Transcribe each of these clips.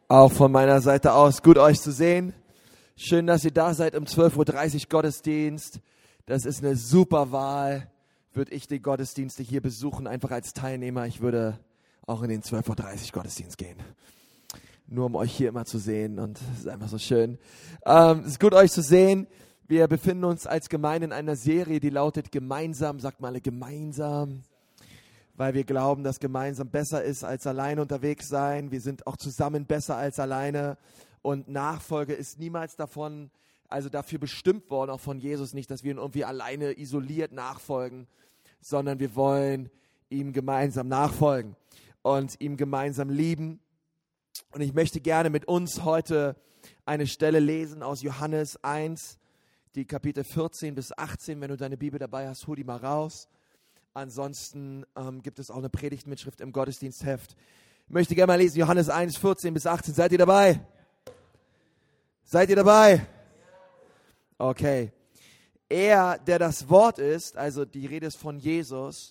Auch von meiner Seite aus, gut euch zu sehen. Schön, dass ihr da seid im 12:30 Uhr Gottesdienst. Das ist eine super Wahl. Würde ich die Gottesdienste hier besuchen, einfach als Teilnehmer. Ich würde auch in den 12:30 Uhr Gottesdienst gehen. Nur um euch hier immer zu sehen, und es ist einfach so schön. Es ist gut euch zu sehen. Wir befinden uns als Gemeinde in einer Serie, die lautet Gemeinsam. Sagt mal alle gemeinsam. Weil wir glauben, dass gemeinsam besser ist als alleine unterwegs sein. Wir sind auch zusammen besser als alleine. Und Nachfolge ist niemals dafür bestimmt worden, auch von Jesus nicht, dass wir ihn irgendwie alleine isoliert nachfolgen, sondern wir wollen ihm gemeinsam nachfolgen und ihm gemeinsam lieben. Und ich möchte gerne mit uns heute eine Stelle lesen aus Johannes 1, die Kapitel 14 bis 18. Wenn du deine Bibel dabei hast, hol die mal raus. Ansonsten gibt es auch eine Predigtmitschrift im Gottesdienstheft. Ich möchte gerne mal lesen, Johannes 1, 14 bis 18. Seid ihr dabei? Seid ihr dabei? Okay. Er, der das Wort ist, also die Rede ist von Jesus,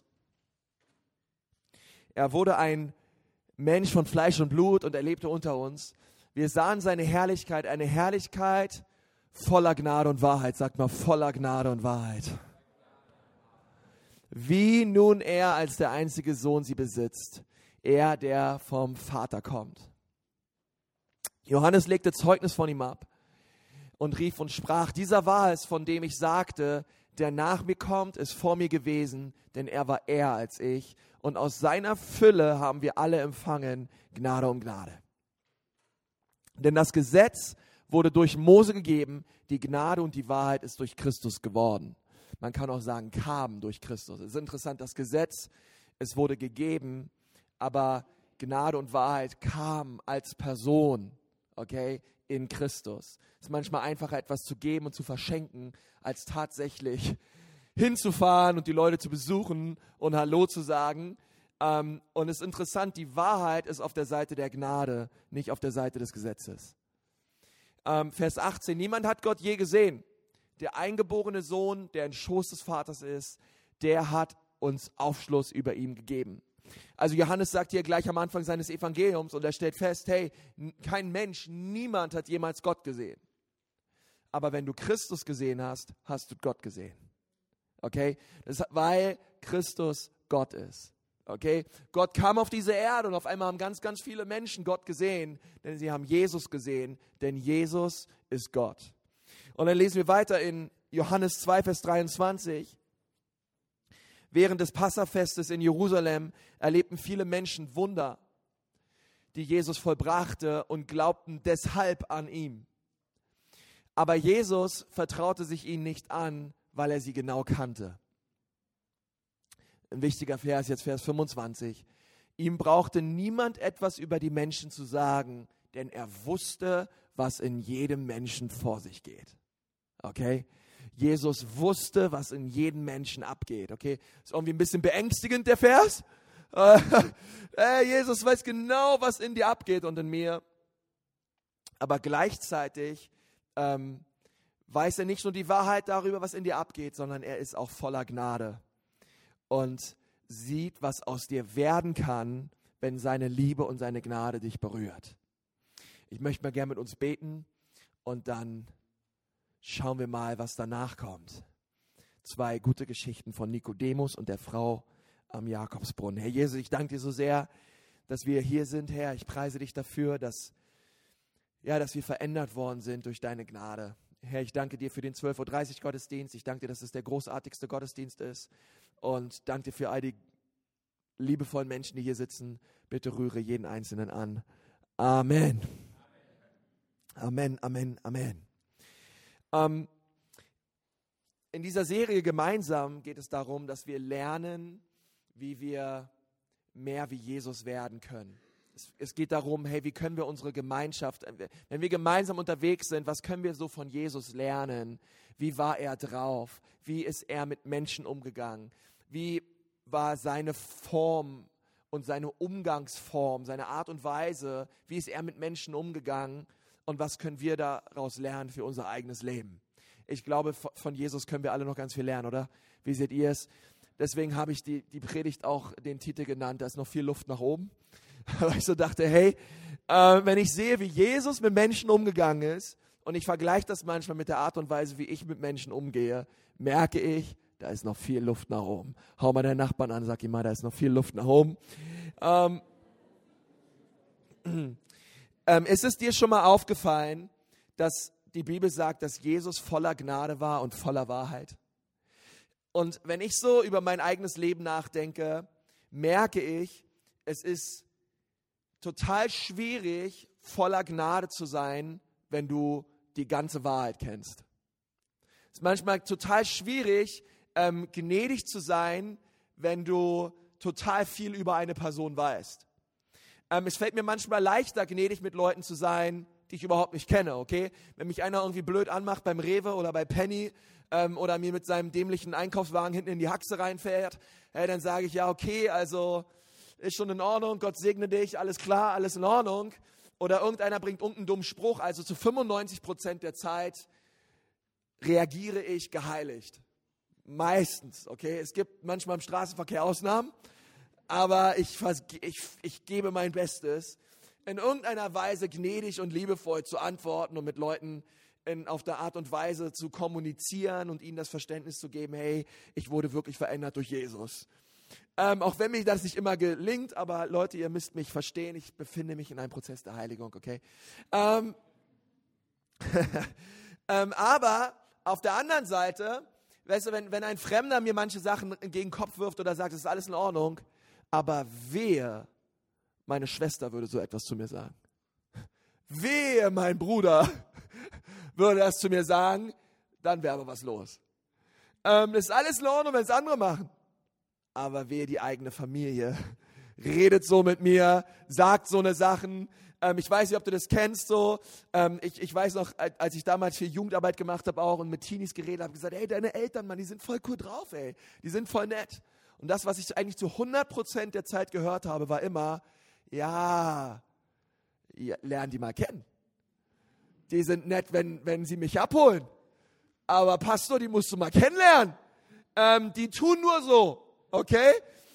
er wurde ein Mensch von Fleisch und Blut und er lebte unter uns. Wir sahen seine Herrlichkeit, eine Herrlichkeit voller Gnade und Wahrheit. Sagt mal, voller Gnade und Wahrheit. Wie nun er als der einzige Sohn sie besitzt, er, der vom Vater kommt. Johannes legte Zeugnis von ihm ab und rief und sprach, dieser war es, von dem ich sagte, der nach mir kommt, ist vor mir gewesen, denn er war eher als ich. Und aus seiner Fülle haben wir alle empfangen, Gnade um Gnade. Denn das Gesetz wurde durch Mose gegeben, die Gnade und die Wahrheit ist durch Christus geworden. Man kann auch sagen, kam durch Christus. Es ist interessant, das Gesetz, es wurde gegeben, aber Gnade und Wahrheit kam als Person, okay, in Christus. Es ist manchmal einfacher, etwas zu geben und zu verschenken, als tatsächlich hinzufahren und die Leute zu besuchen und Hallo zu sagen. Und es ist interessant, die Wahrheit ist auf der Seite der Gnade, nicht auf der Seite des Gesetzes. Vers 18, niemand hat Gott je gesehen. Der eingeborene Sohn, der im Schoß des Vaters ist, der hat uns Aufschluss über ihn gegeben. Also Johannes sagt hier gleich am Anfang seines Evangeliums und er stellt fest, hey, kein Mensch, niemand hat jemals Gott gesehen. Aber wenn du Christus gesehen hast, hast du Gott gesehen. Okay? Das, weil Christus Gott ist. Okay? Gott kam auf diese Erde und auf einmal haben ganz, ganz viele Menschen Gott gesehen, denn sie haben Jesus gesehen, denn Jesus ist Gott. Und dann lesen wir weiter in Johannes 2, Vers 23. Während des Passafestes in Jerusalem erlebten viele Menschen Wunder, die Jesus vollbrachte und glaubten deshalb an ihn. Aber Jesus vertraute sich ihnen nicht an, weil er sie genau kannte. Ein wichtiger Vers, jetzt Vers 25. Ihm brauchte niemand etwas über die Menschen zu sagen, denn er wusste, was in jedem Menschen vor sich geht. Okay? Jesus wusste, was in jedem Menschen abgeht. Okay? Ist irgendwie ein bisschen beängstigend, der Vers. Jesus weiß genau, was in dir abgeht und in mir. Aber gleichzeitig weiß er nicht nur die Wahrheit darüber, was in dir abgeht, sondern er ist auch voller Gnade und sieht, was aus dir werden kann, wenn seine Liebe und seine Gnade dich berührt. Ich möchte mal gerne mit uns beten und dann schauen wir mal, was danach kommt. 2 gute Geschichten von Nikodemus und der Frau am Jakobsbrunnen. Herr Jesus, ich danke dir so sehr, dass wir hier sind, Herr. Ich preise dich dafür, dass wir verändert worden sind durch deine Gnade. Herr, ich danke dir für den 12:30 Uhr Gottesdienst. Ich danke dir, dass es der großartigste Gottesdienst ist. Und danke dir für all die liebevollen Menschen, die hier sitzen. Bitte rühre jeden Einzelnen an. Amen. Amen, Amen, Amen. In dieser Serie gemeinsam geht es darum, dass wir lernen, wie wir mehr wie Jesus werden können. Es geht darum, hey, wie können wir unsere Gemeinschaft, wenn wir gemeinsam unterwegs sind, was können wir so von Jesus lernen? Wie war er drauf? Wie ist er mit Menschen umgegangen? Wie war seine Form und seine Umgangsform, seine Art und Weise? Wie ist er mit Menschen umgegangen? Und was können wir daraus lernen für unser eigenes Leben? Ich glaube, von Jesus können wir alle noch ganz viel lernen, oder? Wie seht ihr es? Deswegen habe ich die Predigt auch den Titel genannt, da ist noch viel Luft nach oben. Weil ich so dachte, hey, Wenn ich sehe, wie Jesus mit Menschen umgegangen ist, und ich vergleiche das manchmal mit der Art und Weise, wie ich mit Menschen umgehe, merke ich, da ist noch viel Luft nach oben. Hau mal deinen Nachbarn an, sag ihm mal, da ist noch viel Luft nach oben. Ist es dir schon mal aufgefallen, dass die Bibel sagt, dass Jesus voller Gnade war und voller Wahrheit? Und wenn ich so über mein eigenes Leben nachdenke, merke ich, es ist total schwierig, voller Gnade zu sein, wenn du die ganze Wahrheit kennst. Es ist manchmal total schwierig, gnädig zu sein, wenn du total viel über eine Person weißt. Es fällt mir manchmal leichter, gnädig mit Leuten zu sein, die ich überhaupt nicht kenne, okay? Wenn mich einer irgendwie blöd anmacht beim Rewe oder bei Penny oder mir mit seinem dämlichen Einkaufswagen hinten in die Haxe reinfährt, dann sage ich, ja, okay, also ist schon in Ordnung, Gott segne dich, alles klar, alles in Ordnung. Oder irgendeiner bringt irgendeinen dummen Spruch, also zu 95% der Zeit reagiere ich geheiligt. Meistens, okay? Es gibt manchmal im Straßenverkehr Ausnahmen, aber ich gebe mein Bestes, in irgendeiner Weise gnädig und liebevoll zu antworten und mit Leuten auf der Art und Weise zu kommunizieren und ihnen das Verständnis zu geben, hey, ich wurde wirklich verändert durch Jesus. Auch wenn mir das nicht immer gelingt, aber Leute, ihr müsst mich verstehen, ich befinde mich in einem Prozess der Heiligung, okay? Aber auf der anderen Seite, weißt du, wenn ein Fremder mir manche Sachen gegen den Kopf wirft oder sagt, es ist alles in Ordnung, aber wehe, meine Schwester würde so etwas zu mir sagen. Wehe, mein Bruder würde das zu mir sagen, dann wäre aber was los. Das ist alles in Ordnung, wenn es andere machen. Aber wehe, die eigene Familie redet so mit mir, sagt so eine Sachen. Ich weiß nicht, ob du das kennst so. Ich weiß noch, als ich damals viel Jugendarbeit gemacht habe auch und mit Teenies geredet habe, gesagt, hey, deine Eltern, Mann, die sind voll cool drauf, ey. Die sind voll nett. Und das, was ich eigentlich zu 100% der Zeit gehört habe, war immer, ja, lernen die mal kennen. Die sind nett, wenn sie mich abholen. Aber Pastor, die musst du mal kennenlernen. Die tun nur so, okay?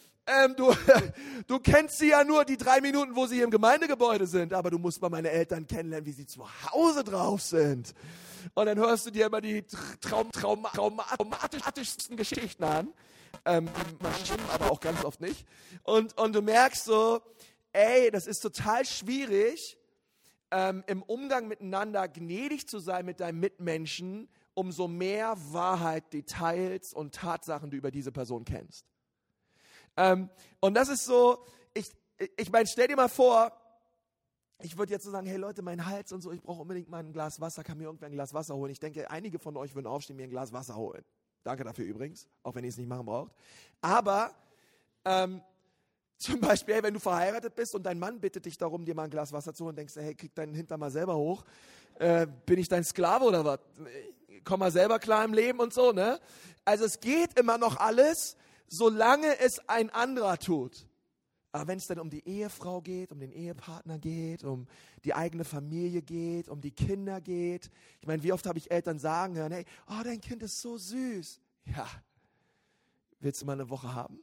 Du kennst sie ja nur die 3 Minuten, wo sie hier im Gemeindegebäude sind, aber du musst mal meine Eltern kennenlernen, wie sie zu Hause drauf sind. Und dann hörst du dir immer die traumatischsten Geschichten an, aber auch ganz oft nicht. Und du merkst so, ey, das ist total schwierig, im Umgang miteinander gnädig zu sein mit deinem Mitmenschen, umso mehr Wahrheit, Details und Tatsachen du über diese Person kennst. Und das ist so, ich meine, stell dir mal vor, ich würde jetzt so sagen, hey Leute, mein Hals und so, ich brauche unbedingt mal ein Glas Wasser, kann mir irgendwer ein Glas Wasser holen? Ich denke, einige von euch würden aufstehen, mir ein Glas Wasser holen. Danke dafür übrigens, auch wenn ihr es nicht machen braucht. Aber zum Beispiel, hey, wenn du verheiratet bist und dein Mann bittet dich darum, dir mal ein Glas Wasser zu holen, denkst du, hey, krieg deinen Hintern mal selber hoch. Bin ich dein Sklave oder was? Komm mal selber klar im Leben und so, ne? Also es geht immer noch alles, solange es ein anderer tut. Aber wenn es dann um die Ehefrau geht, um den Ehepartner geht, um die eigene Familie geht, um die Kinder geht. Ich meine, wie oft habe ich Eltern sagen hören, hey, oh, dein Kind ist so süß. Ja, willst du mal eine Woche haben?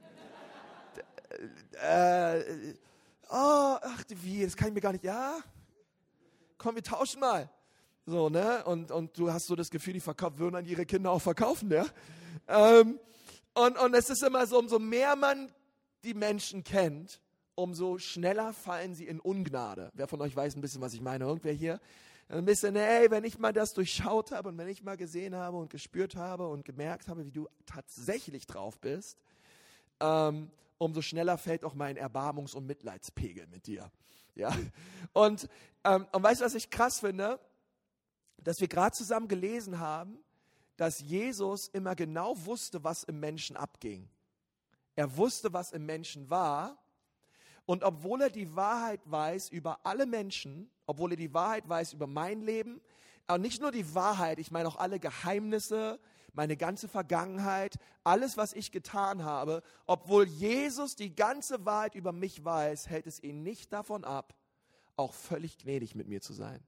Ach, wie, das kann ich mir gar nicht, ja? Komm, wir tauschen mal. So, ne? Und du hast so das Gefühl, die würden an ihre Kinder auch verkaufen, ja? Und es ist immer so, umso mehr man die Menschen kennt, umso schneller fallen sie in Ungnade. Wer von euch weiß ein bisschen, was ich meine? Irgendwer hier? Ein bisschen, hey, wenn ich mal das durchschaut habe und wenn ich mal gesehen habe und gespürt habe und gemerkt habe, wie du tatsächlich drauf bist, umso schneller fällt auch mein Erbarmungs- und Mitleidspegel mit dir. Ja? Und weißt du, was ich krass finde? Dass wir gerade zusammen gelesen haben, dass Jesus immer genau wusste, was im Menschen abging. Er wusste, was im Menschen war. Und obwohl er die Wahrheit weiß über alle Menschen, obwohl er die Wahrheit weiß über mein Leben, aber nicht nur die Wahrheit, ich meine auch alle Geheimnisse, meine ganze Vergangenheit, alles, was ich getan habe, obwohl Jesus die ganze Wahrheit über mich weiß, hält es ihn nicht davon ab, auch völlig gnädig mit mir zu sein.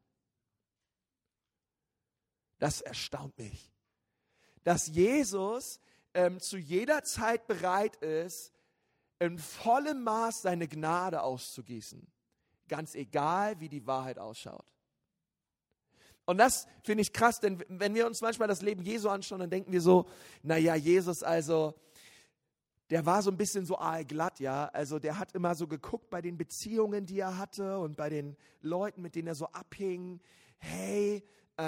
Das erstaunt mich. Dass Jesus zu jeder Zeit bereit ist, in vollem Maß seine Gnade auszugießen. Ganz egal, wie die Wahrheit ausschaut. Und das finde ich krass, denn wenn wir uns manchmal das Leben Jesu anschauen, dann denken wir so, naja, Jesus also, der war so ein bisschen so aalglatt, ja. Also der hat immer so geguckt bei den Beziehungen, die er hatte und bei den Leuten, mit denen er so abhing. Hey,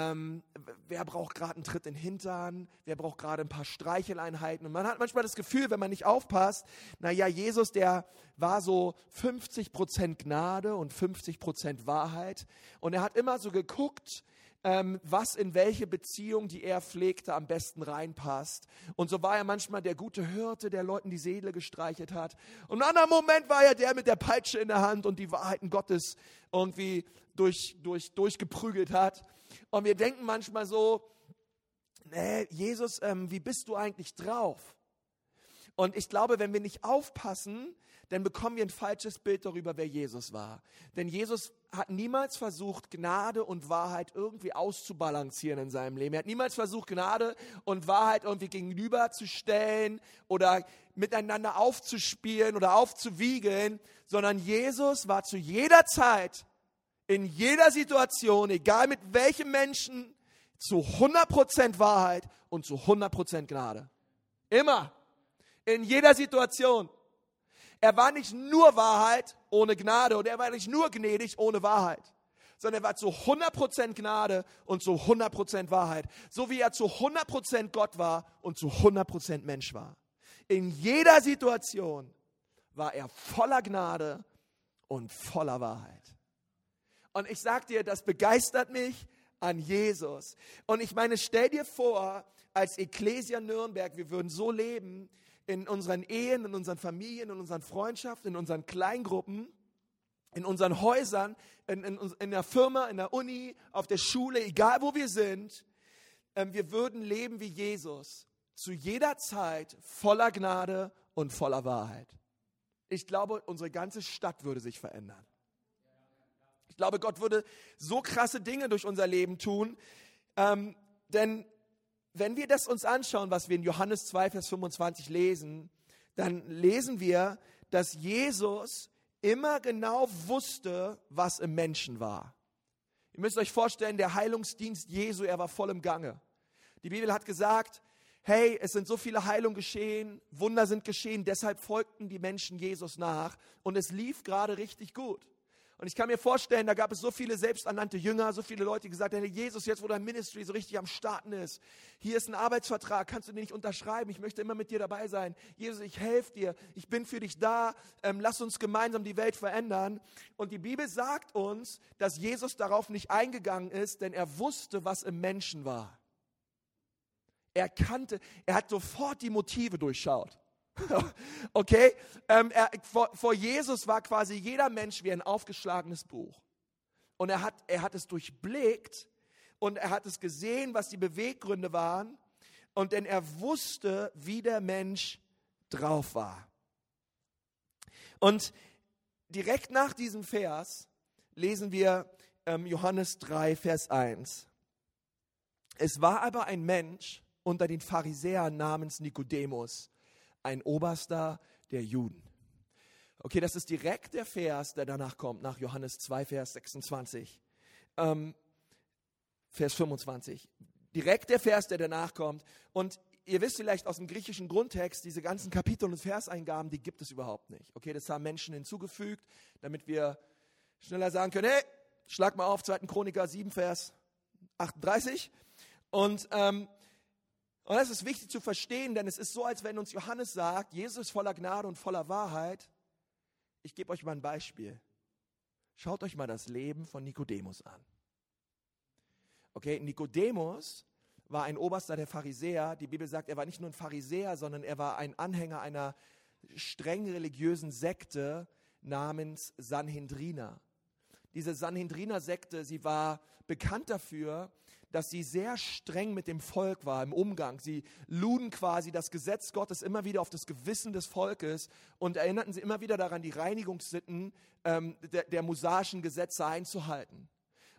wer braucht gerade einen Tritt in den Hintern? Wer braucht gerade ein paar Streicheleinheiten? Und man hat manchmal das Gefühl, wenn man nicht aufpasst, naja, Jesus, der war so 50% Gnade und 50% Wahrheit. Und er hat immer so geguckt, was in welche Beziehung, die er pflegte, am besten reinpasst. Und so war er manchmal der gute Hirte, der Leuten die Seele gestreichelt hat. Und im anderen Moment war er der mit der Peitsche in der Hand und die Wahrheiten Gottes irgendwie durchgeprügelt hat. Und wir denken manchmal so, nee, Jesus, wie bist du eigentlich drauf? Und ich glaube, wenn wir nicht aufpassen, dann bekommen wir ein falsches Bild darüber, wer Jesus war. Denn Jesus hat niemals versucht, Gnade und Wahrheit irgendwie auszubalancieren in seinem Leben. Er hat niemals versucht, Gnade und Wahrheit irgendwie gegenüberzustellen oder miteinander aufzuspielen oder aufzuwiegeln, sondern Jesus war zu jeder Zeit, in jeder Situation, egal mit welchem Menschen, zu 100% Wahrheit und zu 100% Gnade. Immer. In jeder Situation. Er war nicht nur Wahrheit ohne Gnade und er war nicht nur gnädig ohne Wahrheit, sondern er war zu 100% Gnade und zu 100% Wahrheit, so wie er zu 100% Gott war und zu 100% Mensch war. In jeder Situation war er voller Gnade und voller Wahrheit. Und ich sag dir, das begeistert mich an Jesus. Und ich meine, stell dir vor, als Ekklesia Nürnberg, wir würden so leben, in unseren Ehen, in unseren Familien, in unseren Freundschaften, in unseren Kleingruppen, in unseren Häusern, in der Firma, in der Uni, auf der Schule, egal wo wir sind, wir würden leben wie Jesus, zu jeder Zeit voller Gnade und voller Wahrheit. Ich glaube, unsere ganze Stadt würde sich verändern. Ich glaube, Gott würde so krasse Dinge durch unser Leben tun, denn wenn wir das uns anschauen, was wir in Johannes 2, Vers 25 lesen, dann lesen wir, dass Jesus immer genau wusste, was im Menschen war. Ihr müsst euch vorstellen, der Heilungsdienst Jesu, er war voll im Gange. Die Bibel hat gesagt, hey, es sind so viele Heilungen geschehen, Wunder sind geschehen, deshalb folgten die Menschen Jesus nach und es lief gerade richtig gut. Und ich kann mir vorstellen, da gab es so viele selbsternannte Jünger, so viele Leute, die gesagt haben, hey Jesus, jetzt wo dein Ministry so richtig am Starten ist, hier ist ein Arbeitsvertrag, kannst du den nicht unterschreiben, ich möchte immer mit dir dabei sein. Jesus, ich helfe dir, ich bin für dich da, lass uns gemeinsam die Welt verändern. Und die Bibel sagt uns, dass Jesus darauf nicht eingegangen ist, denn er wusste, was im Menschen war. Er hat sofort die Motive durchschaut. Okay, vor Jesus war quasi jeder Mensch wie ein aufgeschlagenes Buch. Und er hat es durchblickt und er hat es gesehen, was die Beweggründe waren. Und denn er wusste, wie der Mensch drauf war. Und direkt nach diesem Vers lesen wir Johannes 3, Vers 1. Es war aber ein Mensch unter den Pharisäern namens Nikodemus, ein Oberster der Juden. Okay, das ist direkt der Vers, der danach kommt, nach Johannes 2, Vers 26, Vers 25. Direkt der Vers, der danach kommt. Und ihr wisst vielleicht aus dem griechischen Grundtext, diese ganzen Kapitel- und Verseingaben, die gibt es überhaupt nicht. Okay, das haben Menschen hinzugefügt, damit wir schneller sagen können, hey, schlag mal auf, 2. Chroniker 7, Vers 38. Und das ist wichtig zu verstehen, denn es ist so, als wenn uns Johannes sagt, Jesus ist voller Gnade und voller Wahrheit. Ich gebe euch mal ein Beispiel. Schaut euch mal das Leben von Nikodemus an. Okay, Nikodemus war ein Oberster der Pharisäer. Die Bibel sagt, er war nicht nur ein Pharisäer, sondern er war ein Anhänger einer streng religiösen Sekte namens Sanhedriner. Diese Sanhedriner-Sekte, sie war bekannt dafür, dass sie sehr streng mit dem Volk war im Umgang. Sie luden quasi das Gesetz Gottes immer wieder auf das Gewissen des Volkes und erinnerten sie immer wieder daran, die Reinigungssitten der mosaischen Gesetze einzuhalten.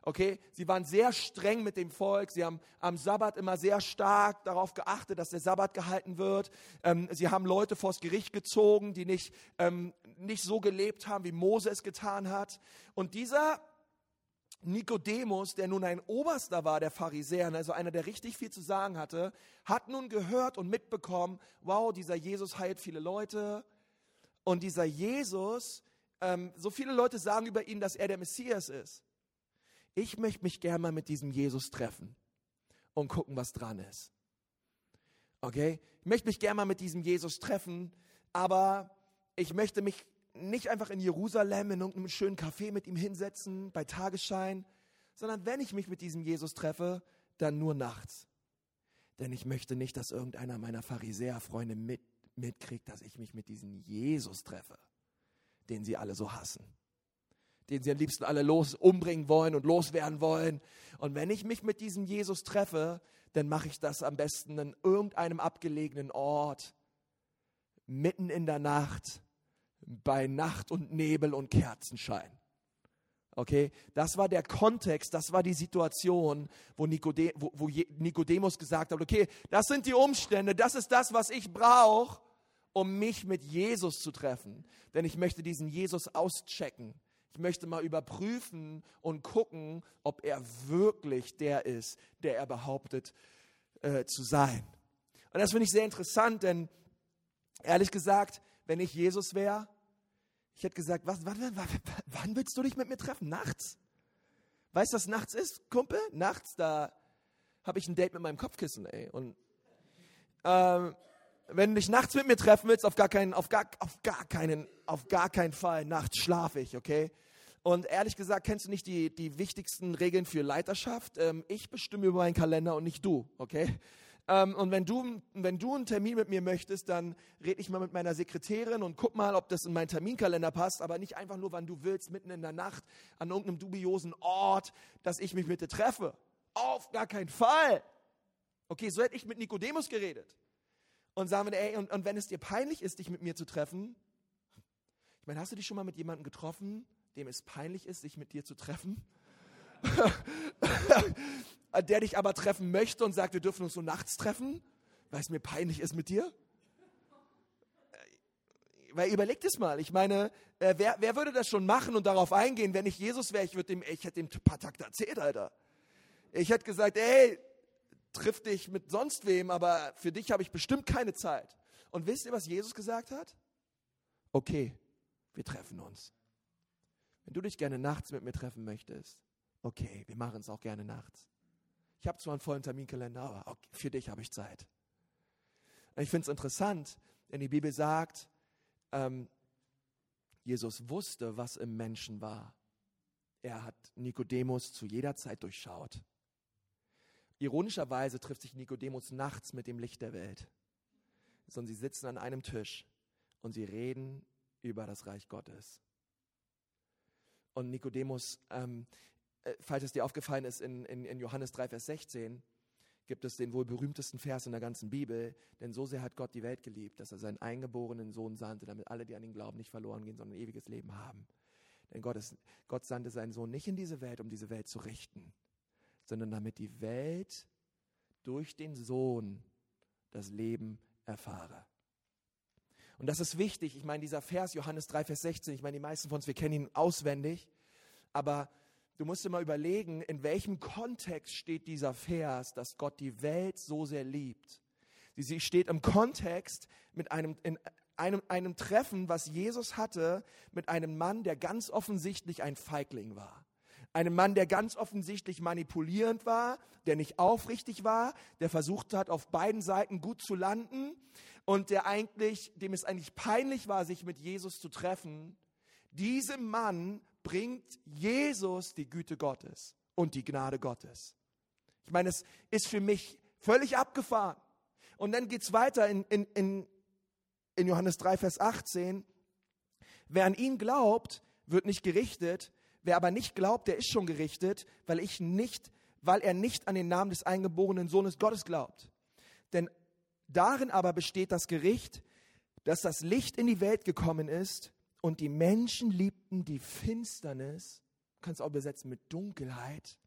Okay, sie waren sehr streng mit dem Volk. Sie haben am Sabbat immer sehr stark darauf geachtet, dass der Sabbat gehalten wird. Sie haben Leute vors Gericht gezogen, die nicht so gelebt haben, wie Mose es getan hat. Und dieser Nikodemus, der nun ein Oberster war der Pharisäer, also einer, der richtig viel zu sagen hatte, hat nun gehört und mitbekommen, wow, dieser Jesus heilt viele Leute. Und dieser Jesus, so viele Leute sagen über ihn, dass er der Messias ist. Ich möchte mich gerne mal mit diesem Jesus treffen und gucken, was dran ist. Okay? Ich möchte mich gerne mal mit diesem Jesus treffen, aber ich möchte mich nicht einfach in Jerusalem in irgendeinem schönen Café mit ihm hinsetzen, bei Tagesschein, sondern wenn ich mich mit diesem Jesus treffe, dann nur nachts. Denn ich möchte nicht, dass irgendeiner meiner Pharisäerfreunde mitkriegt, dass ich mich mit diesem Jesus treffe, den sie alle so hassen. Den sie am liebsten alle umbringen wollen und loswerden wollen. Und wenn ich mich mit diesem Jesus treffe, dann mache ich das am besten in irgendeinem abgelegenen Ort, mitten in der Nacht, bei Nacht und Nebel und Kerzenschein. Okay, das war der Kontext, das war die Situation, wo Nikodemus gesagt hat, okay, das sind die Umstände, das ist das, was ich brauche, um mich mit Jesus zu treffen. Denn ich möchte diesen Jesus auschecken. Ich möchte mal überprüfen und gucken, ob er wirklich der ist, der er behauptet zu sein. Und das finde ich sehr interessant, denn ehrlich gesagt, wenn ich Jesus wäre, ich hätte gesagt, wann willst du dich mit mir treffen? Nachts? Weißt du, was nachts ist, Kumpel? Nachts, da habe ich ein Date mit meinem Kopfkissen, ey. Und wenn du dich nachts mit mir treffen willst, auf gar keinen Fall. Nachts schlafe ich, okay? Und ehrlich gesagt, kennst du nicht die wichtigsten Regeln für Leiterschaft? Ich bestimme über meinen Kalender und nicht du, okay? Und wenn du einen Termin mit mir möchtest, dann rede ich mal mit meiner Sekretärin und guck mal, ob das in meinen Terminkalender passt, aber nicht einfach nur, wann du willst, mitten in der Nacht an irgendeinem dubiosen Ort, dass ich mich mit dir treffe. Auf gar keinen Fall. Okay, so hätte ich mit Nikodemus geredet. Und sagen wir, ey, und wenn es dir peinlich ist, dich mit mir zu treffen, ich meine, hast du dich schon mal mit jemandem getroffen, dem es peinlich ist, sich mit dir zu treffen? Der dich aber treffen möchte und sagt, wir dürfen uns nur nachts treffen, weil es mir peinlich ist mit dir? Weil überleg das mal, ich meine, wer würde das schon machen und darauf eingehen, wenn ich Jesus wäre, ich hätte dem ein paar Takte erzählt, Alter. Ich hätte gesagt, ey, triff dich mit sonst wem, aber für dich habe ich bestimmt keine Zeit. Und wisst ihr, was Jesus gesagt hat? Okay, wir treffen uns. Wenn du dich gerne nachts mit mir treffen möchtest, okay, wir machen es auch gerne nachts. Ich habe zwar einen vollen Terminkalender, aber okay, für dich habe ich Zeit. Und ich finde es interessant, denn die Bibel sagt, Jesus wusste, was im Menschen war. Er hat Nikodemus zu jeder Zeit durchschaut. Ironischerweise trifft sich Nikodemus nachts mit dem Licht der Welt. Sondern sie sitzen an einem Tisch und sie reden über das Reich Gottes. Und Nikodemus, falls es dir aufgefallen ist, in Johannes 3, Vers 16 gibt es den wohl berühmtesten Vers in der ganzen Bibel. Denn so sehr hat Gott die Welt geliebt, dass er seinen eingeborenen Sohn sandte, damit alle, die an ihn glauben, nicht verloren gehen, sondern ein ewiges Leben haben. Denn Gott sandte seinen Sohn nicht in diese Welt, um diese Welt zu richten, sondern damit die Welt durch den Sohn das Leben erfahre. Und das ist wichtig. Ich meine, dieser Vers, Johannes 3, Vers 16, ich meine, die meisten von uns, wir kennen ihn auswendig, aber du musst dir mal überlegen, in welchem Kontext steht dieser Vers, dass Gott die Welt so sehr liebt. Sie steht im Kontext mit einem Treffen, was Jesus hatte mit einem Mann, der ganz offensichtlich ein Feigling war. Einem Mann, der ganz offensichtlich manipulierend war, der nicht aufrichtig war, der versucht hat, auf beiden Seiten gut zu landen und dem es eigentlich peinlich war, sich mit Jesus zu treffen. Diesem Mann bringt Jesus die Güte Gottes und die Gnade Gottes. Ich meine, es ist für mich völlig abgefahren. Und dann geht es weiter in Johannes 3, Vers 18. Wer an ihn glaubt, wird nicht gerichtet. Wer aber nicht glaubt, der ist schon gerichtet, weil er nicht an den Namen des eingeborenen Sohnes Gottes glaubt. Denn darin aber besteht das Gericht, dass das Licht in die Welt gekommen ist und die Menschen liebten die Finsternis du kannst auch übersetzen mit Dunkelheit,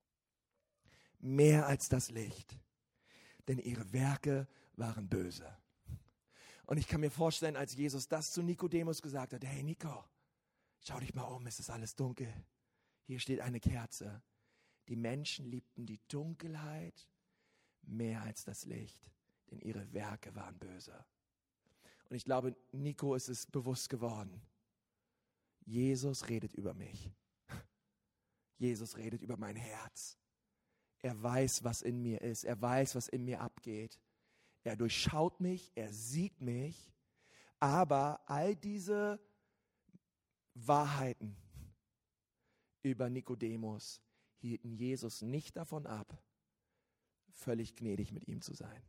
mehr als das Licht, denn ihre Werke waren böse. Und ich kann mir vorstellen, als Jesus das zu Nikodemus gesagt hat, hey Nico, schau dich mal um, es ist alles dunkel. Hier steht eine Kerze. Die Menschen liebten die Dunkelheit mehr als das Licht, denn ihre Werke waren böse. Und ich glaube, Nico ist es bewusst geworden. Jesus redet über mich. Jesus redet über mein Herz. Er weiß, was in mir ist. Er weiß, was in mir abgeht. Er durchschaut mich, er sieht mich. Aber all diese Wahrheiten über Nikodemus hielten Jesus nicht davon ab, völlig gnädig mit ihm zu sein.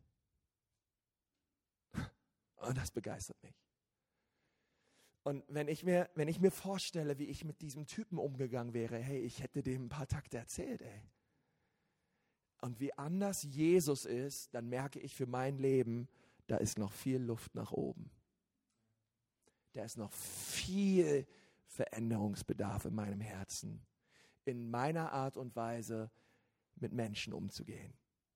Und das begeistert mich. Und wenn ich mir vorstelle, wie ich mit diesem Typen umgegangen wäre, hey, ich hätte dem ein paar Takte erzählt, ey. Und wie anders Jesus ist, dann merke ich für mein Leben, da ist noch viel Luft nach oben. Da ist noch viel Veränderungsbedarf in meinem Herzen, in meiner Art und Weise, mit Menschen umzugehen.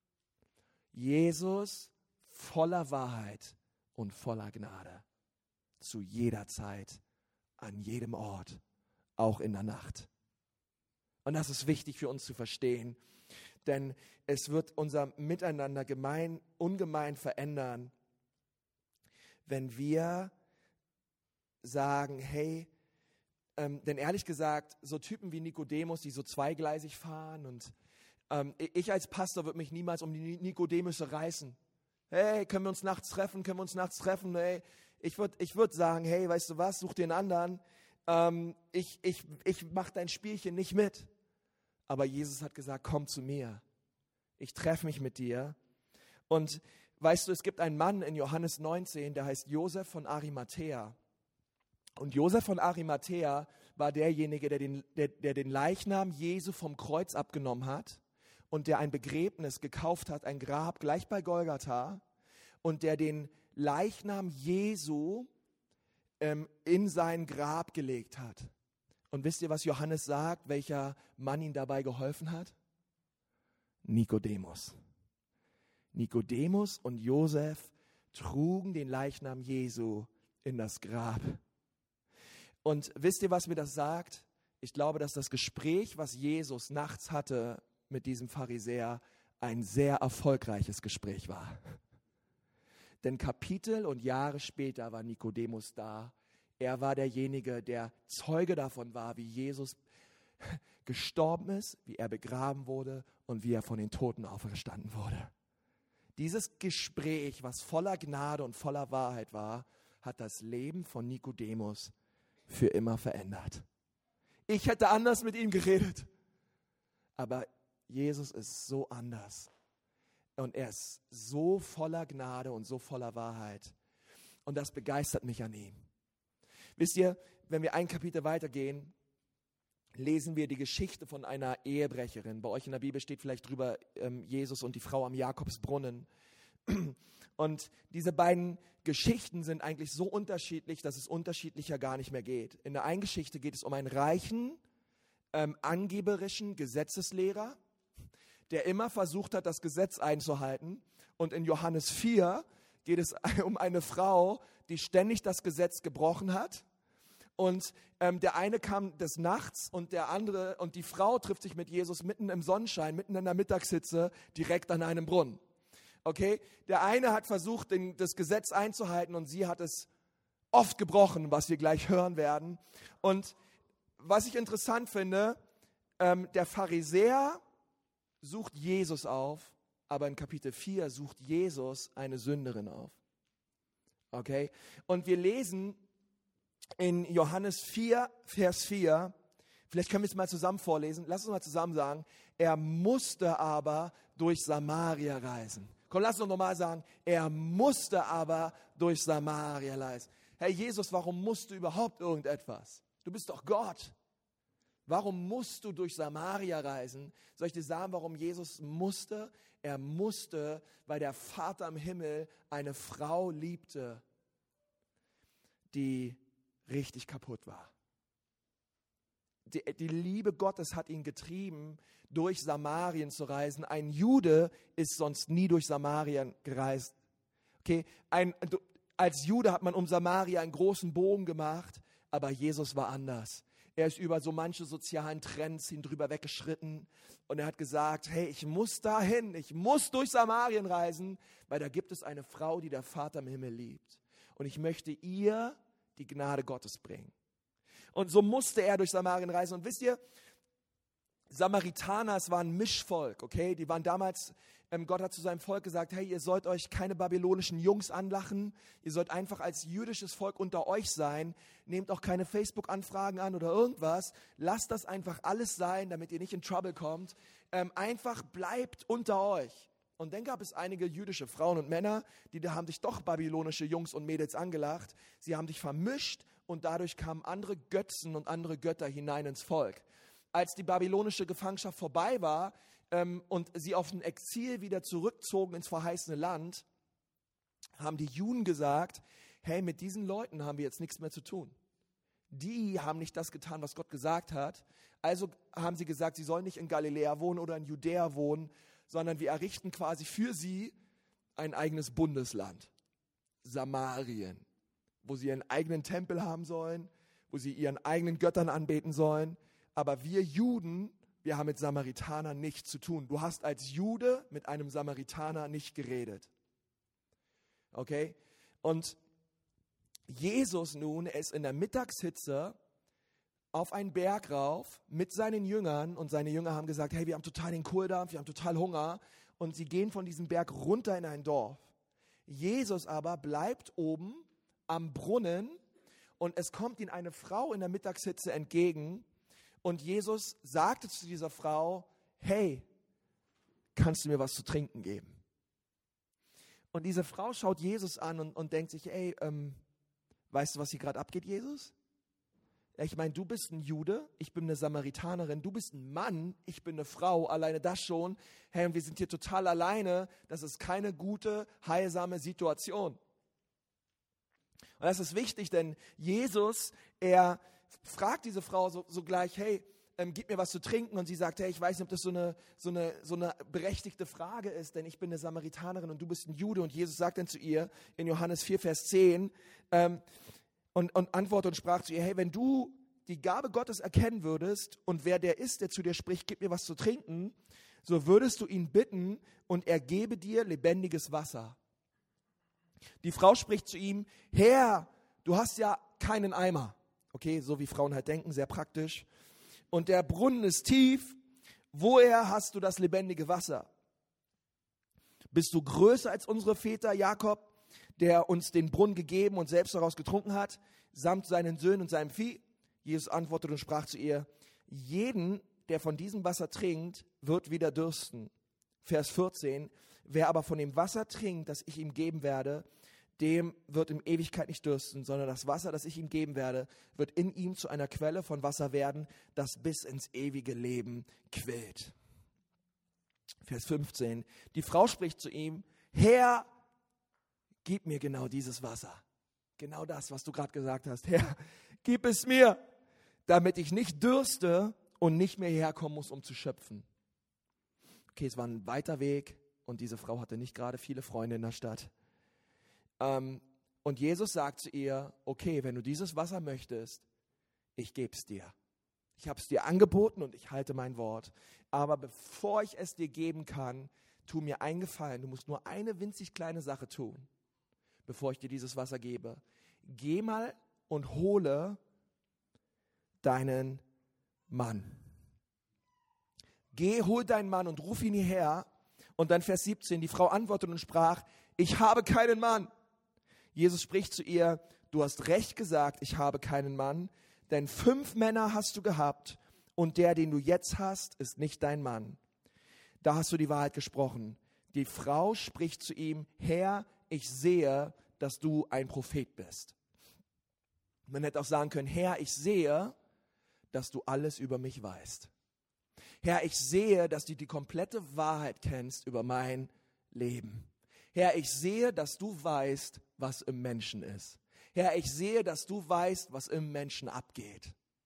Jesus voller Wahrheit und voller Gnade, zu jeder Zeit, an jedem Ort, auch in der Nacht. Und das ist wichtig für uns zu verstehen, denn es wird unser Miteinander ungemein verändern, wenn wir sagen, hey, denn ehrlich gesagt, so Typen wie Nikodemus, die so zweigleisig fahren und ich als Pastor würde mich niemals um die Nikodemusse reißen. Hey, können wir uns nachts treffen? Hey, ich würd sagen, hey, weißt du was, such den anderen. Ich mache dein Spielchen nicht mit. Aber Jesus hat gesagt, komm zu mir. Ich treffe mich mit dir. Und weißt du, es gibt einen Mann in Johannes 19, der heißt Josef von Arimathäa. Und Josef von Arimathäa war derjenige, der den Leichnam Jesu vom Kreuz abgenommen hat und der ein Begräbnis gekauft hat, ein Grab gleich bei Golgatha und der den Leichnam Jesu in sein Grab gelegt hat. Und wisst ihr, was Johannes sagt, welcher Mann ihm dabei geholfen hat? Nikodemus. Nikodemus und Josef trugen den Leichnam Jesu in das Grab. Und wisst ihr, was mir das sagt? Ich glaube, dass das Gespräch, was Jesus nachts hatte mit diesem Pharisäer, ein sehr erfolgreiches Gespräch war. Denn Kapitel und Jahre später war Nikodemus da. Er war derjenige, der Zeuge davon war, wie Jesus gestorben ist, wie er begraben wurde und wie er von den Toten auferstanden wurde. Dieses Gespräch, was voller Gnade und voller Wahrheit war, hat das Leben von Nikodemus für immer verändert. Ich hätte anders mit ihm geredet, aber Jesus ist so anders und er ist so voller Gnade und so voller Wahrheit und das begeistert mich an ihm. Wisst ihr, wenn wir ein Kapitel weitergehen, lesen wir die Geschichte von einer Ehebrecherin. Bei euch in der Bibel steht vielleicht drüber Jesus und die Frau am Jakobsbrunnen. Und diese beiden Geschichten sind eigentlich so unterschiedlich, dass es unterschiedlicher gar nicht mehr geht. In der einen Geschichte geht es um einen reichen, angeberischen Gesetzeslehrer, der immer versucht hat, das Gesetz einzuhalten. Und in Johannes 4 geht es um eine Frau, die ständig das Gesetz gebrochen hat. Und der eine kam des Nachts und der andere und die Frau trifft sich mit Jesus mitten im Sonnenschein, mitten in der Mittagshitze, direkt an einem Brunnen. Okay, der eine hat versucht, das Gesetz einzuhalten und sie hat es oft gebrochen, was wir gleich hören werden. Und was ich interessant finde, der Pharisäer sucht Jesus auf, aber in Kapitel 4 sucht Jesus eine Sünderin auf. Okay, und wir lesen in Johannes 4, Vers 4, vielleicht können wir es mal zusammen vorlesen, lass uns mal zusammen sagen, er musste aber durch Samaria reisen. Komm, lass uns nochmal sagen, er musste aber durch Samaria reisen. Herr Jesus, warum musst du überhaupt irgendetwas? Du bist doch Gott. Warum musst du durch Samaria reisen? Soll ich dir sagen, warum Jesus musste? Er musste, weil der Vater im Himmel eine Frau liebte, die richtig kaputt war. die Liebe Gottes hat ihn getrieben, durch Samarien zu reisen. Ein Jude ist sonst nie durch Samarien gereist. Okay? Als Jude hat man um Samaria einen großen Bogen gemacht, aber Jesus war anders. Er ist über so manche sozialen Trends drüber weggeschritten und er hat gesagt, hey, ich muss dahin, ich muss durch Samarien reisen, weil da gibt es eine Frau, die der Vater im Himmel liebt. Und ich möchte ihr die Gnade Gottes bringen. Und so musste er durch Samarien reisen. Und wisst ihr, Samaritaner, es war ein Mischvolk, okay? Die waren damals, Gott hat zu seinem Volk gesagt, hey, ihr sollt euch keine babylonischen Jungs anlachen, ihr sollt einfach als jüdisches Volk unter euch sein, nehmt auch keine Facebook-Anfragen an oder irgendwas, lasst das einfach alles sein, damit ihr nicht in Trouble kommt, einfach bleibt unter euch. Und dann gab es einige jüdische Frauen und Männer, die haben sich doch babylonische Jungs und Mädels angelacht, sie haben sich vermischt und dadurch kamen andere Götzen und andere Götter hinein ins Volk. Als die babylonische Gefangenschaft vorbei war und sie auf ein Exil wieder zurückzogen ins verheißene Land, haben die Juden gesagt, hey, mit diesen Leuten haben wir jetzt nichts mehr zu tun. Die haben nicht das getan, was Gott gesagt hat. Also haben sie gesagt, sie sollen nicht in Galiläa wohnen oder in Judäa wohnen, sondern wir errichten quasi für sie ein eigenes Bundesland, Samarien, wo sie ihren eigenen Tempel haben sollen, wo sie ihren eigenen Göttern anbeten sollen. Aber wir Juden, wir haben mit Samaritanern nichts zu tun. Du hast als Jude mit einem Samaritaner nicht geredet. Okay? Und Jesus nun, er ist in der Mittagshitze auf einen Berg rauf mit seinen Jüngern und seine Jünger haben gesagt, hey, wir haben total den Kohldampf, wir haben total Hunger und sie gehen von diesem Berg runter in ein Dorf. Jesus aber bleibt oben am Brunnen und es kommt ihm eine Frau in der Mittagshitze entgegen. Und Jesus sagte zu dieser Frau, hey, kannst du mir was zu trinken geben? Und diese Frau schaut Jesus an und denkt sich, hey, weißt du, was hier gerade abgeht, Jesus? Ich meine, du bist ein Jude, ich bin eine Samaritanerin, du bist ein Mann, ich bin eine Frau, alleine das schon. Hey, und wir sind hier total alleine, das ist keine gute, heilsame Situation. Und das ist wichtig, denn Jesus, er fragt diese Frau so gleich, hey, gib mir was zu trinken. Und sie sagt, hey, ich weiß nicht, ob das so eine berechtigte Frage ist, denn ich bin eine Samaritanerin und du bist ein Jude. Und Jesus sagt dann zu ihr in Johannes 4, Vers 10 und antwortet und sprach zu ihr, hey, wenn du die Gabe Gottes erkennen würdest und wer der ist, der zu dir spricht, gib mir was zu trinken, so würdest du ihn bitten und er gebe dir lebendiges Wasser. Die Frau spricht zu ihm, Herr, du hast ja keinen Eimer. Okay, so wie Frauen halt denken, sehr praktisch. Und der Brunnen ist tief. Woher hast du das lebendige Wasser? Bist du größer als unsere Väter Jakob, der uns den Brunnen gegeben und selbst daraus getrunken hat, samt seinen Söhnen und seinem Vieh? Jesus antwortete und sprach zu ihr, jeden, der von diesem Wasser trinkt, wird wieder dürsten. Vers 14, wer aber von dem Wasser trinkt, das ich ihm geben werde, dem wird in Ewigkeit nicht dürsten, sondern das Wasser, das ich ihm geben werde, wird in ihm zu einer Quelle von Wasser werden, das bis ins ewige Leben quillt. Vers 15, die Frau spricht zu ihm, Herr, gib mir genau dieses Wasser. Genau das, was du gerade gesagt hast. Herr, gib es mir, damit ich nicht dürste und nicht mehr herkommen muss, um zu schöpfen. Okay, es war ein weiter Weg und diese Frau hatte nicht gerade viele Freunde in der Stadt. Und Jesus sagt zu ihr, okay, wenn du dieses Wasser möchtest, ich gebe es dir. Ich habe es dir angeboten und ich halte mein Wort. Aber bevor ich es dir geben kann, tu mir einen Gefallen. Du musst nur eine winzig kleine Sache tun, bevor ich dir dieses Wasser gebe. Geh mal und hole deinen Mann. Geh, hol deinen Mann und ruf ihn hierher. Und dann Vers 17, die Frau antwortete und sprach, ich habe keinen Mann. Jesus spricht zu ihr, du hast recht gesagt, ich habe keinen Mann, denn 5 Männer hast du gehabt und der, den du jetzt hast, ist nicht dein Mann. Da hast du die Wahrheit gesprochen. Die Frau spricht zu ihm, Herr, ich sehe, dass du ein Prophet bist. Man hätte auch sagen können, Herr, ich sehe, dass du alles über mich weißt. Herr, ich sehe, dass du die komplette Wahrheit kennst über mein Leben. Herr, ich sehe, dass du weißt, was im Menschen ist. Herr, ich sehe, dass du weißt, was im Menschen abgeht.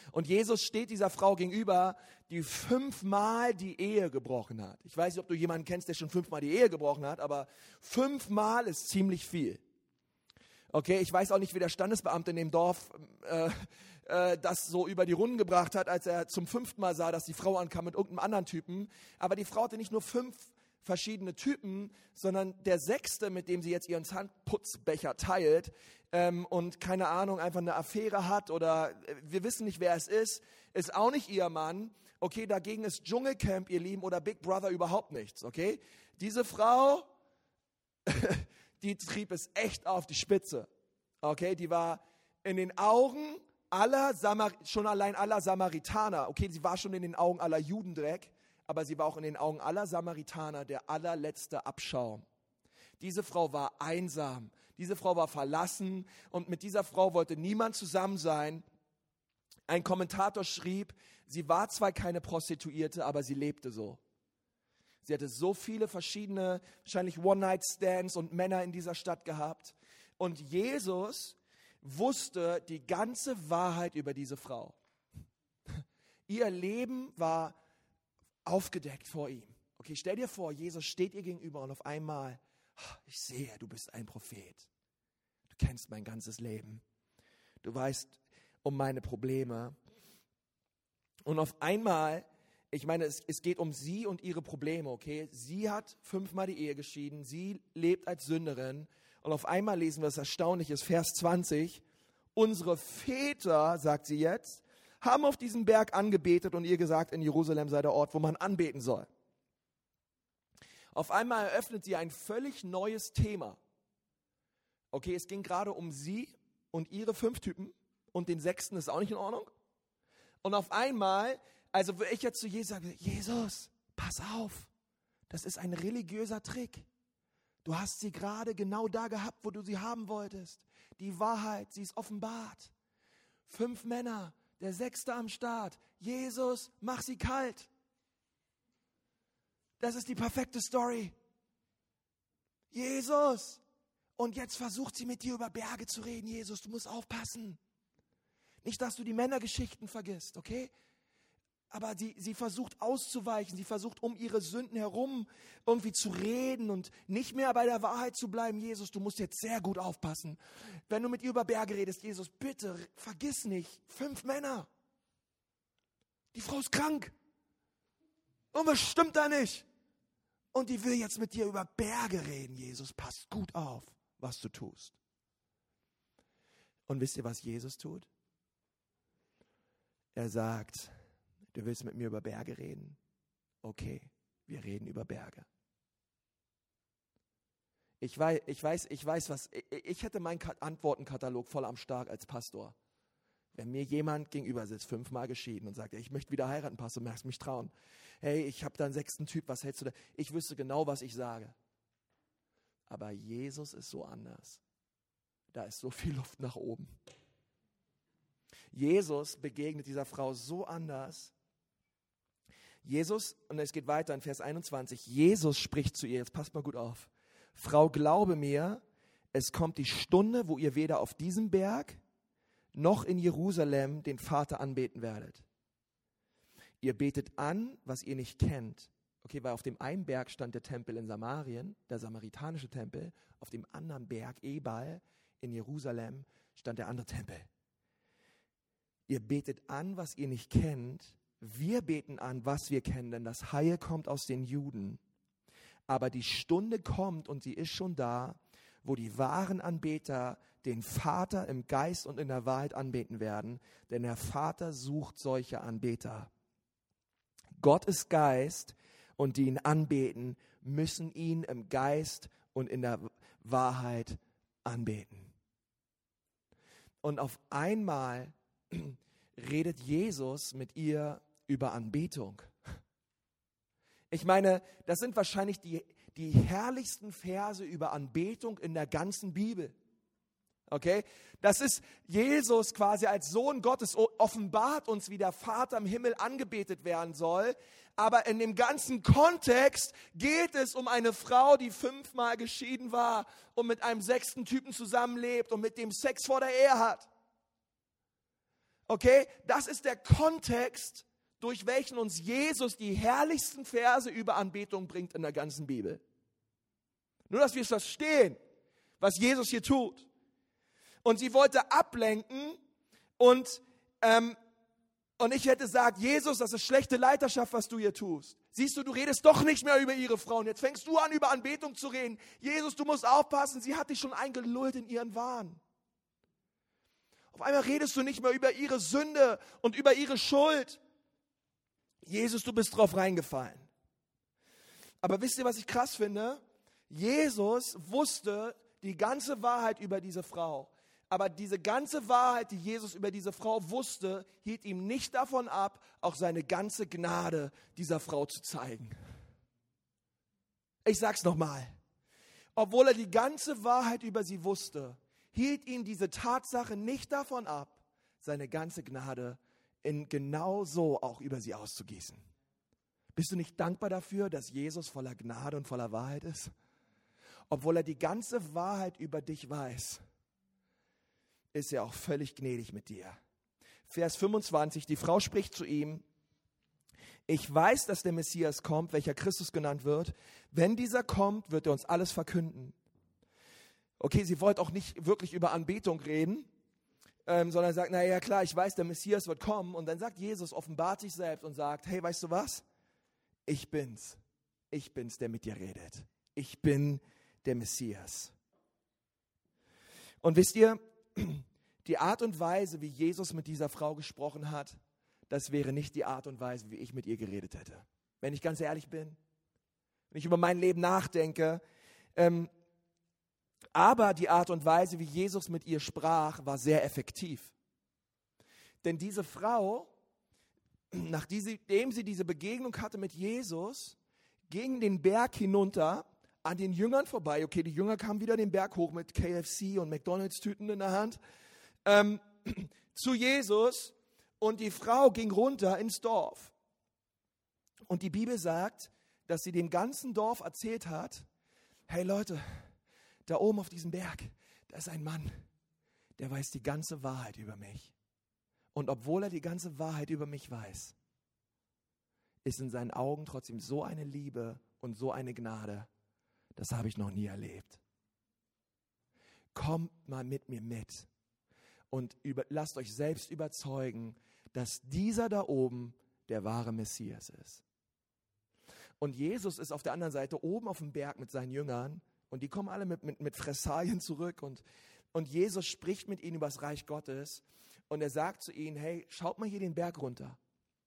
Und Jesus steht dieser Frau gegenüber, die 5-mal die Ehe gebrochen hat. Ich weiß nicht, ob du jemanden kennst, der schon 5-mal die Ehe gebrochen hat, aber 5-mal ist ziemlich viel. Okay, ich weiß auch nicht, wie der Standesbeamte in dem Dorf das so über die Runden gebracht hat, als er zum 5. Mal sah, dass die Frau ankam mit irgendeinem anderen Typen. Aber die Frau hatte nicht nur 5 verschiedene Typen, sondern der 6., mit dem sie jetzt ihren Zahnputzbecher teilt und keine Ahnung, einfach eine Affäre hat oder wir wissen nicht, wer es ist auch nicht ihr Mann. Okay, dagegen ist Dschungelcamp, ihr Lieben, oder Big Brother überhaupt nichts, okay? Diese Frau, die trieb es echt auf die Spitze, okay? Die war in den Augen aller Samaritaner, okay, sie war schon in den Augen aller Judendreck, aber sie war auch in den Augen aller Samaritaner der allerletzte Abschaum. Diese Frau war einsam, diese Frau war verlassen und mit dieser Frau wollte niemand zusammen sein. Ein Kommentator schrieb, sie war zwar keine Prostituierte, aber sie lebte so. Sie hatte so viele verschiedene, wahrscheinlich One-Night-Stands und Männer in dieser Stadt gehabt. Und Jesus wusste die ganze Wahrheit über diese Frau. Ihr Leben war aufgedeckt vor ihm. Okay, stell dir vor, Jesus steht ihr gegenüber und auf einmal, ich sehe, du bist ein Prophet. Du kennst mein ganzes Leben. Du weißt um meine Probleme. Und auf einmal, ich meine, es geht um sie und ihre Probleme, okay? Sie hat 5-mal die Ehe geschieden, sie lebt als Sünderin. Und auf einmal lesen wir das Erstaunliche, Vers 20. Unsere Väter, sagt sie jetzt, haben auf diesem Berg angebetet und ihr gesagt, in Jerusalem sei der Ort, wo man anbeten soll. Auf einmal eröffnet sie ein völlig neues Thema. Okay, es ging gerade um sie und ihre 5 Typen und den 6. ist auch nicht in Ordnung. Und auf einmal, also würde ich jetzt zu Jesus sagen, Jesus, pass auf, das ist ein religiöser Trick. Du hast sie gerade genau da gehabt, wo du sie haben wolltest. Die Wahrheit, sie ist offenbart. 5 Männer, der 6. am Start. Jesus, mach sie kalt. Das ist die perfekte Story. Jesus. Und jetzt versucht sie mit dir über Berge zu reden. Jesus, du musst aufpassen. Nicht, dass du die Männergeschichten vergisst, okay? Aber sie versucht auszuweichen, sie versucht um ihre Sünden herum irgendwie zu reden und nicht mehr bei der Wahrheit zu bleiben. Jesus, du musst jetzt sehr gut aufpassen. Wenn du mit ihr über Berge redest, Jesus, bitte vergiss nicht, 5 Männer. Die Frau ist krank. Und was stimmt da nicht? Und die will jetzt mit dir über Berge reden. Jesus, pass gut auf, was du tust. Und wisst ihr, was Jesus tut? Er sagt, du willst mit mir über Berge reden? Okay, wir reden über Berge. Ich weiß was, ich hätte meinen Antwortenkatalog voll am Start als Pastor. Wenn mir jemand gegenüber sitzt, 5-mal geschieden und sagt, ich möchte wieder heiraten, Pastor, magst du mich trauen? Hey, ich habe da einen 6. Typ, was hältst du da? Ich wüsste genau, was ich sage. Aber Jesus ist so anders. Da ist so viel Luft nach oben. Jesus begegnet dieser Frau so anders. Jesus, und es geht weiter in Vers 21, Jesus spricht zu ihr, jetzt passt mal gut auf. Frau, glaube mir, es kommt die Stunde, wo ihr weder auf diesem Berg noch in Jerusalem den Vater anbeten werdet. Ihr betet an, was ihr nicht kennt. Okay, weil auf dem einen Berg stand der Tempel in Samarien, der samaritanische Tempel. Auf dem anderen Berg, Ebal, in Jerusalem, stand der andere Tempel. Ihr betet an, was ihr nicht kennt. Wir beten an, was wir kennen, denn das Heil kommt aus den Juden. Aber die Stunde kommt und sie ist schon da, wo die wahren Anbeter den Vater im Geist und in der Wahrheit anbeten werden, denn der Vater sucht solche Anbeter. Gott ist Geist und die ihn anbeten, müssen ihn im Geist und in der Wahrheit anbeten. Und auf einmal redet Jesus mit ihr über Anbetung. Ich meine, das sind wahrscheinlich die herrlichsten Verse über Anbetung in der ganzen Bibel. Okay? Das ist Jesus quasi als Sohn Gottes offenbart uns, wie der Vater im Himmel angebetet werden soll. Aber in dem ganzen Kontext geht es um eine Frau, die 5-mal geschieden war und mit einem 6. Typen zusammenlebt und mit dem Sex vor der Ehe hat. Okay, das ist der Kontext, durch welchen uns Jesus die herrlichsten Verse über Anbetung bringt in der ganzen Bibel. Nur, dass wir es verstehen, was Jesus hier tut. Und sie wollte ablenken und ich hätte gesagt, Jesus, das ist schlechte Leiterschaft, was du hier tust. Siehst du, du redest doch nicht mehr über ihre Frauen. Jetzt fängst du an, über Anbetung zu reden. Jesus, du musst aufpassen, sie hat dich schon eingelullt in ihren Wahn. Auf einmal redest du nicht mehr über ihre Sünde und über ihre Schuld. Jesus, du bist drauf reingefallen. Aber wisst ihr, was ich krass finde? Jesus wusste die ganze Wahrheit über diese Frau. Aber diese ganze Wahrheit, die Jesus über diese Frau wusste, hielt ihm nicht davon ab, auch seine ganze Gnade dieser Frau zu zeigen. Ich sag's nochmal. Obwohl er die ganze Wahrheit über sie wusste, hielt ihn diese Tatsache nicht davon ab, seine ganze Gnade in genau so auch über sie auszugießen. Bist du nicht dankbar dafür, dass Jesus voller Gnade und voller Wahrheit ist? Obwohl er die ganze Wahrheit über dich weiß, ist er auch völlig gnädig mit dir. Vers 25, die Frau spricht zu ihm: Ich weiß, dass der Messias kommt, welcher Christus genannt wird. Wenn dieser kommt, wird er uns alles verkünden. Okay, sie wollte auch nicht wirklich über Anbetung reden, sondern sagt, naja klar, ich weiß, der Messias wird kommen. Und dann sagt Jesus, offenbart sich selbst und sagt, hey, weißt du was? Ich bin's, der mit dir redet. Ich bin der Messias. Und wisst ihr, die Art und Weise, wie Jesus mit dieser Frau gesprochen hat, das wäre nicht die Art und Weise, wie ich mit ihr geredet hätte. Wenn ich ganz ehrlich bin, wenn ich über mein Leben nachdenke, aber die Art und Weise, wie Jesus mit ihr sprach, war sehr effektiv. Denn diese Frau, nachdem sie diese Begegnung hatte mit Jesus, ging den Berg hinunter, an den Jüngern vorbei. Okay, die Jünger kamen wieder den Berg hoch mit KFC und McDonald's-Tüten in der Hand, zu Jesus, und die Frau ging runter ins Dorf. Und die Bibel sagt, dass sie dem ganzen Dorf erzählt hat, hey Leute, da oben auf diesem Berg, da ist ein Mann, der weiß die ganze Wahrheit über mich. Und obwohl er die ganze Wahrheit über mich weiß, ist in seinen Augen trotzdem so eine Liebe und so eine Gnade, das habe ich noch nie erlebt. Kommt mal mit mir mit und lasst euch selbst überzeugen, dass dieser da oben der wahre Messias ist. Und Jesus ist auf der anderen Seite oben auf dem Berg mit seinen Jüngern und die kommen alle mit Fressalien zurück und Jesus spricht mit ihnen über das Reich Gottes und er sagt zu ihnen, hey, schaut mal hier den Berg runter.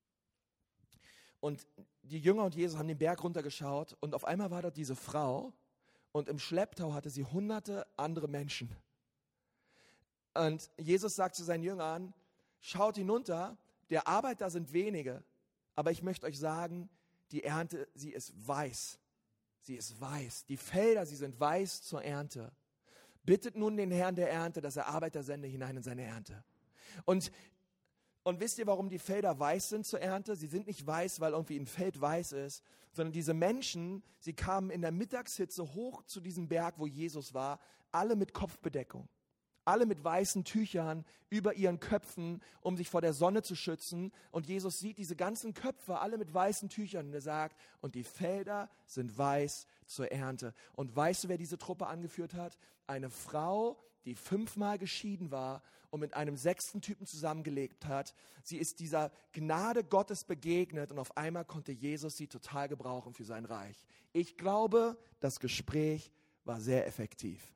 Und die Jünger und Jesus haben den Berg runtergeschaut und auf einmal war dort diese Frau und im Schlepptau hatte sie hunderte andere Menschen. Und Jesus sagt zu seinen Jüngern, schaut hinunter, der Arbeiter sind wenige, aber ich möchte euch sagen, die Ernte, sie ist weiß. Sie ist weiß. Die Felder, sie sind weiß zur Ernte. Bittet nun den Herrn der Ernte, dass er Arbeiter sende hinein in seine Ernte. Und wisst ihr, warum die Felder weiß sind zur Ernte? Sie sind nicht weiß, weil irgendwie ein Feld weiß ist, sondern diese Menschen, sie kamen in der Mittagshitze hoch zu diesem Berg, wo Jesus war, alle mit Kopfbedeckung. Alle mit weißen Tüchern über ihren Köpfen, um sich vor der Sonne zu schützen. Und Jesus sieht diese ganzen Köpfe, alle mit weißen Tüchern. Und er sagt, und die Felder sind weiß zur Ernte. Und weißt du, wer diese Truppe angeführt hat? Eine Frau, die 5-mal geschieden war und mit einem 6. Typen zusammengelebt hat. Sie ist dieser Gnade Gottes begegnet und auf einmal konnte Jesus sie total gebrauchen für sein Reich. Ich glaube, das Gespräch war sehr effektiv.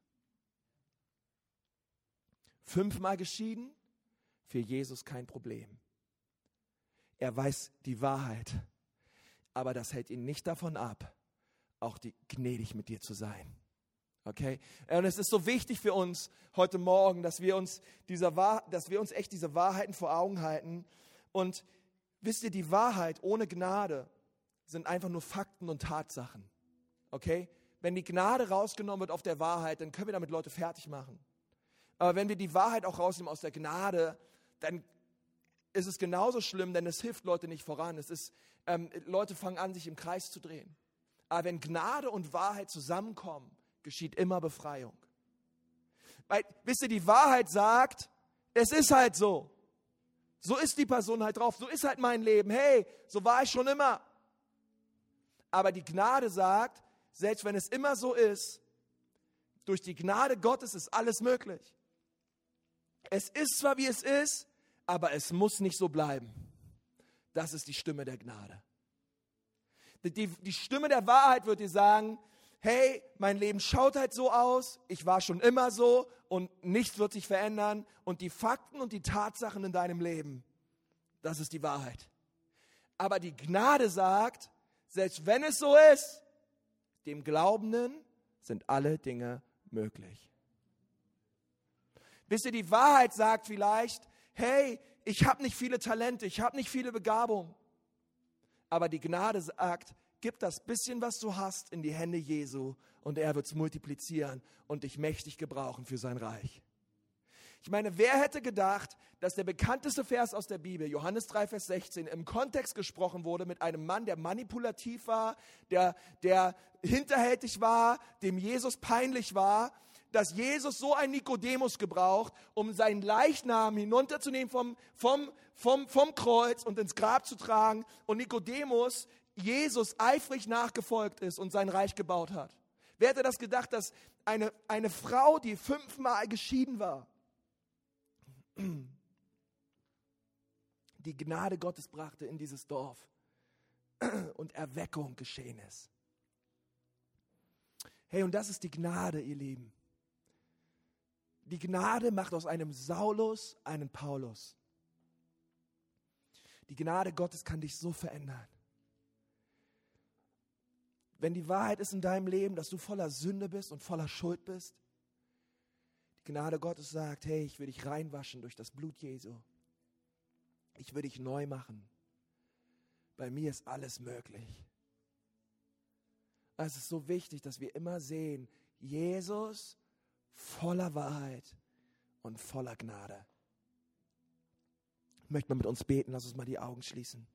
5-mal geschieden, für Jesus kein Problem. Er weiß die Wahrheit, aber das hält ihn nicht davon ab, auch gnädig mit dir zu sein. Okay? Und es ist so wichtig für uns heute Morgen, dass wir uns echt diese Wahrheiten vor Augen halten. Und wisst ihr, die Wahrheit ohne Gnade sind einfach nur Fakten und Tatsachen. Okay? Wenn die Gnade rausgenommen wird auf der Wahrheit, dann können wir damit Leute fertig machen. Aber wenn wir die Wahrheit auch rausnehmen aus der Gnade, dann ist es genauso schlimm, denn es hilft Leute nicht voran. Leute fangen an, sich im Kreis zu drehen. Aber wenn Gnade und Wahrheit zusammenkommen, geschieht immer Befreiung. Weil, wisst ihr, die Wahrheit sagt, es ist halt so. So ist die Person halt drauf, so ist halt mein Leben. Hey, so war ich schon immer. Aber die Gnade sagt, selbst wenn es immer so ist, durch die Gnade Gottes ist alles möglich. Es ist zwar, wie es ist, aber es muss nicht so bleiben. Das ist die Stimme der Gnade. Die Stimme der Wahrheit wird dir sagen, hey, mein Leben schaut halt so aus, ich war schon immer so und nichts wird sich verändern. Und die Fakten und die Tatsachen in deinem Leben, das ist die Wahrheit. Aber die Gnade sagt, selbst wenn es so ist, dem Glaubenden sind alle Dinge möglich. Wisst ihr, die Wahrheit sagt vielleicht, hey, ich habe nicht viele Talente, ich habe nicht viele Begabungen. Aber die Gnade sagt, gib das bisschen, was du hast, in die Hände Jesu und er wird es multiplizieren und dich mächtig gebrauchen für sein Reich. Ich meine, wer hätte gedacht, dass der bekannteste Vers aus der Bibel, Johannes 3, Vers 16, im Kontext gesprochen wurde mit einem Mann, der manipulativ war, der hinterhältig war, dem Jesus peinlich war, dass Jesus so einen Nikodemus gebraucht, um seinen Leichnam hinunterzunehmen vom Kreuz und ins Grab zu tragen und Nikodemus Jesus eifrig nachgefolgt ist und sein Reich gebaut hat. Wer hätte das gedacht, dass eine Frau, die 5-mal geschieden war, die Gnade Gottes brachte in dieses Dorf und Erweckung geschehen ist. Hey, und das ist die Gnade, ihr Lieben. Die Gnade macht aus einem Saulus einen Paulus. Die Gnade Gottes kann dich so verändern. Wenn die Wahrheit ist in deinem Leben, dass du voller Sünde bist und voller Schuld bist, die Gnade Gottes sagt, hey, ich will dich reinwaschen durch das Blut Jesu. Ich will dich neu machen. Bei mir ist alles möglich. Es ist so wichtig, dass wir immer sehen, Jesus voller Wahrheit und voller Gnade. Ich möchte mal mit uns beten, lass uns mal die Augen schließen.